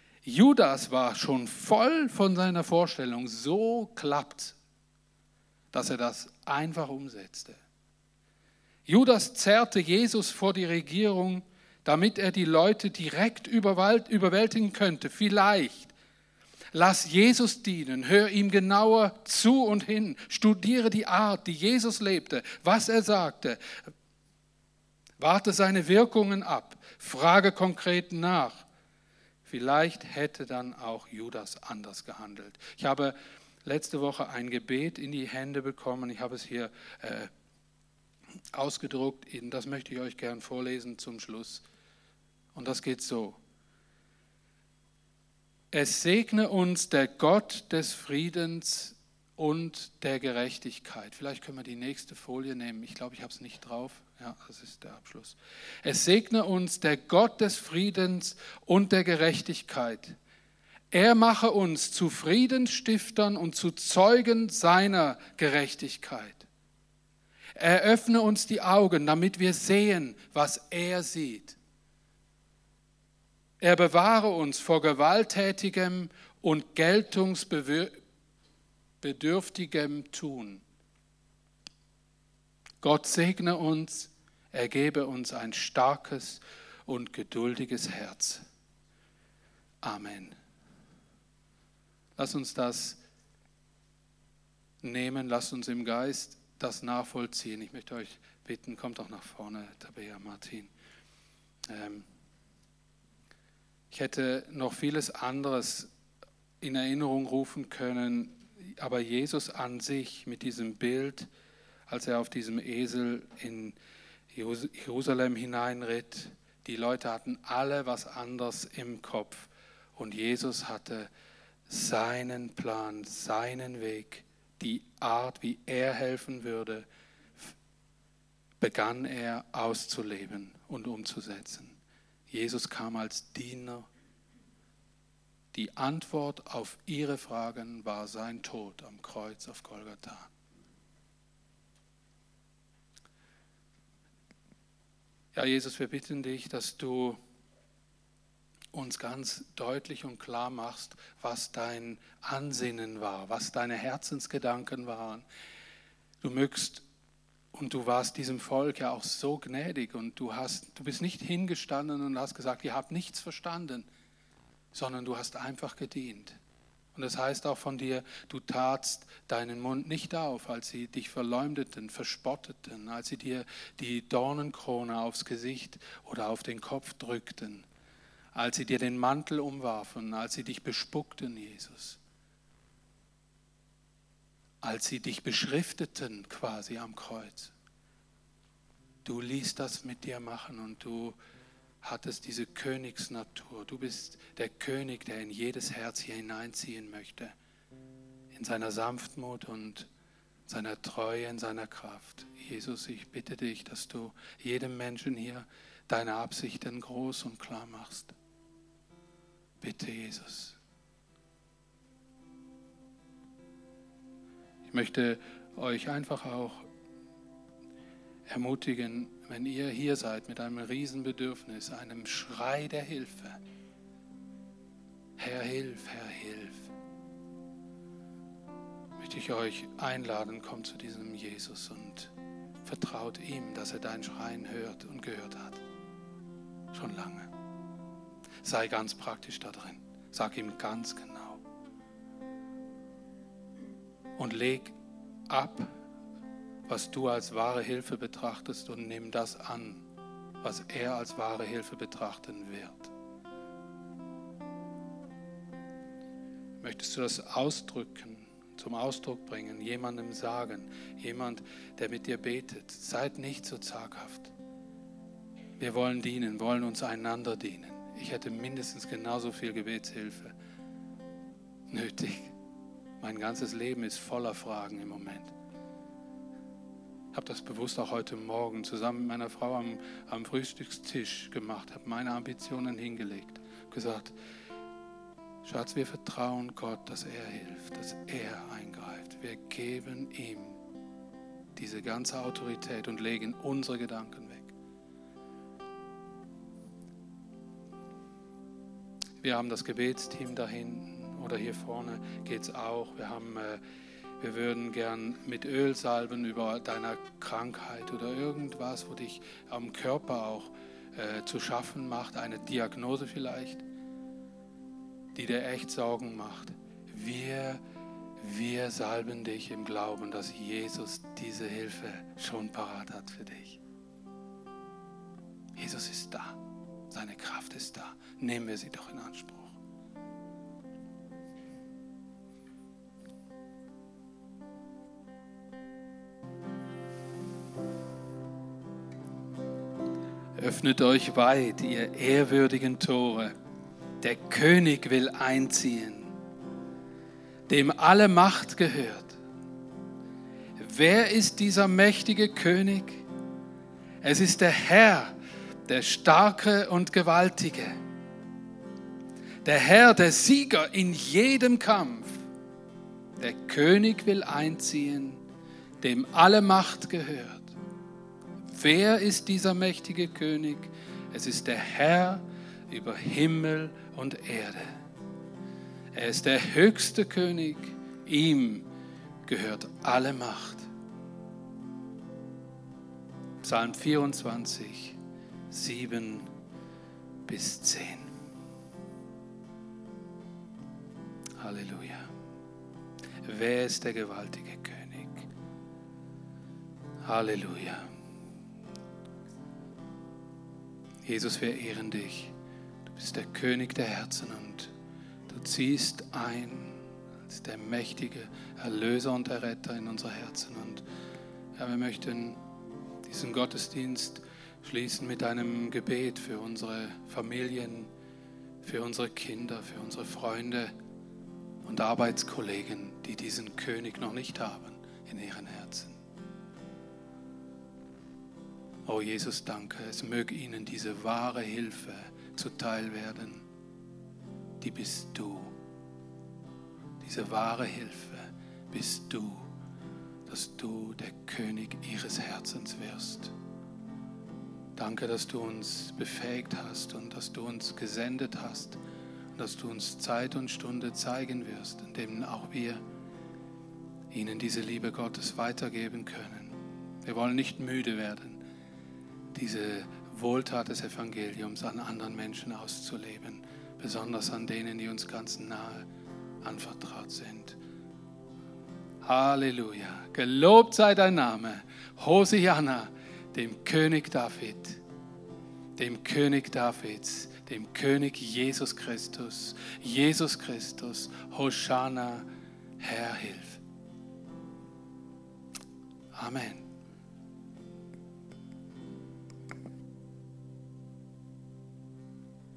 Judas war schon voll von seiner Vorstellung, so klappt. dass er das einfach umsetzte. Judas zerrte Jesus vor die Regierung, damit er die Leute direkt überwältigen könnte. Vielleicht. Lass Jesus dienen, hör ihm genauer zu und hin, studiere die Art, die Jesus lebte, was er sagte. Warte seine Wirkungen ab, frage konkret nach. Vielleicht hätte dann auch Judas anders gehandelt. Ich habe letzte Woche ein Gebet in die Hände bekommen, ich habe es hier äh, ausgedruckt, das möchte ich euch gern vorlesen zum Schluss. Und das geht so. Es segne uns der Gott des Friedens und der Gerechtigkeit. Vielleicht können wir die nächste Folie nehmen. Ich glaube, ich habe es nicht drauf. Ja, das ist der Abschluss. Es segne uns der Gott des Friedens und der Gerechtigkeit. Er mache uns zu Friedensstiftern und zu Zeugen seiner Gerechtigkeit. Er öffne uns die Augen, damit wir sehen, was er sieht. Er bewahre uns vor gewalttätigem und geltungsbedürftigem Tun. Gott segne uns, er gebe uns ein starkes und geduldiges Herz. Amen. Lass uns das nehmen, lass uns im Geist das nachvollziehen. Ich möchte euch bitten, kommt doch nach vorne, Tabea, Martin. Ähm, ich hätte noch vieles anderes in Erinnerung rufen können, aber Jesus an sich mit diesem Bild, als er auf diesem Esel in Jerusalem hineinritt, die Leute hatten alle was anderes im Kopf und Jesus hatte seinen Plan, seinen Weg, die Art, wie er helfen würde, begann er auszuleben und umzusetzen. Jesus kam als Diener. Die Antwort auf ihre Fragen war sein Tod am Kreuz auf Golgatha. Ja, Jesus, wir bitten dich, dass du uns ganz deutlich und klar machst, was dein Ansinnen war, was deine Herzensgedanken waren. Du mögst und du warst diesem Volk ja auch so gnädig und du hast, du bist nicht hingestanden und hast gesagt, ihr habt nichts verstanden, sondern du hast einfach gedient. Und das heißt auch von dir, du tatst deinen Mund nicht auf, als sie dich verleumdeten, verspotteten, als sie dir die Dornenkrone aufs Gesicht oder auf den Kopf drückten, als sie dir den Mantel umwarfen, als sie dich bespuckten, Jesus. Als sie dich beschrifteten quasi am Kreuz. Du ließt das mit dir machen und du hattest diese Königsnatur. Du bist der König, der in jedes Herz hier hineinziehen möchte. In seiner Sanftmut und seiner Treue, in seiner Kraft. Jesus, ich bitte dich, dass du jedem Menschen hier deine Absichten groß und klar machst. Bitte, Jesus. Ich möchte euch einfach auch ermutigen, wenn ihr hier seid mit einem Riesenbedürfnis, einem Schrei der Hilfe. Herr, hilf, Herr, hilf. Möchte ich euch einladen, kommt zu diesem Jesus und vertraut ihm, dass er dein Schreien hört und gehört hat. Schon lange. Sei ganz praktisch da drin. Sag ihm ganz genau. Und leg ab, was du als wahre Hilfe betrachtest und nimm das an, was er als wahre Hilfe betrachten wird. Möchtest du das ausdrücken, zum Ausdruck bringen, jemandem sagen, jemand, der mit dir betet, seid nicht so zaghaft. Wir wollen dienen, wollen uns einander dienen. Ich hätte mindestens genauso viel Gebetshilfe nötig. Mein ganzes Leben ist voller Fragen im Moment. Ich habe das bewusst auch heute Morgen zusammen mit meiner Frau am, am Frühstückstisch gemacht, habe meine Ambitionen hingelegt, gesagt, Schatz, wir vertrauen Gott, dass er hilft, dass er eingreift. Wir geben ihm diese ganze Autorität und legen unsere Gedanken weg. Wir haben das Gebetsteam da hinten oder hier vorne geht es auch. Wir haben äh, wir würden gern mit Öl salben über deiner Krankheit oder irgendwas, wo dich am Körper auch äh, zu schaffen macht, eine Diagnose vielleicht, die dir echt Sorgen macht. Wir, wir salben dich im Glauben, dass Jesus diese Hilfe schon parat hat für dich. Jesus ist da, seine Kraft ist da. Nehmen wir sie doch in Anspruch. Öffnet euch weit, ihr ehrwürdigen Tore. Der König will einziehen, dem alle Macht gehört. Wer ist dieser mächtige König? Es ist der Herr, der Starke und Gewaltige. Der Herr, der Sieger in jedem Kampf. Der König will einziehen, dem alle Macht gehört. Wer ist dieser mächtige König? Es ist der Herr über Himmel und Erde. Er ist der höchste König, ihm gehört alle Macht. Psalm vierundzwanzig, sieben bis zehn. Halleluja. Wer ist der gewaltige König? Halleluja. Jesus, wir ehren dich. Du bist der König der Herzen und du ziehst ein als der mächtige Erlöser und Erretter in unsere Herzen. Und ja, wir möchten diesen Gottesdienst schließen mit einem Gebet für unsere Familien, für unsere Kinder, für unsere Freunde und Arbeitskollegen, die diesen König noch nicht haben in ihren Herzen. Oh Jesus, danke, es möge ihnen diese wahre Hilfe zuteil werden. Die bist du. Diese wahre Hilfe bist du, dass du der König ihres Herzens wirst. Danke, dass du uns befähigt hast und dass du uns gesendet hast und dass du uns Zeit und Stunde zeigen wirst, in denen auch wir ihnen diese Liebe Gottes weitergeben können. Wir wollen nicht müde werden, diese Wohltat des Evangeliums an anderen Menschen auszuleben, besonders an denen, die uns ganz nahe anvertraut sind. Halleluja. Gelobt sei dein Name. Hosianna, dem König David, dem König Davids, dem König Jesus Christus. Jesus Christus, Hosanna, Herr, hilf. Amen.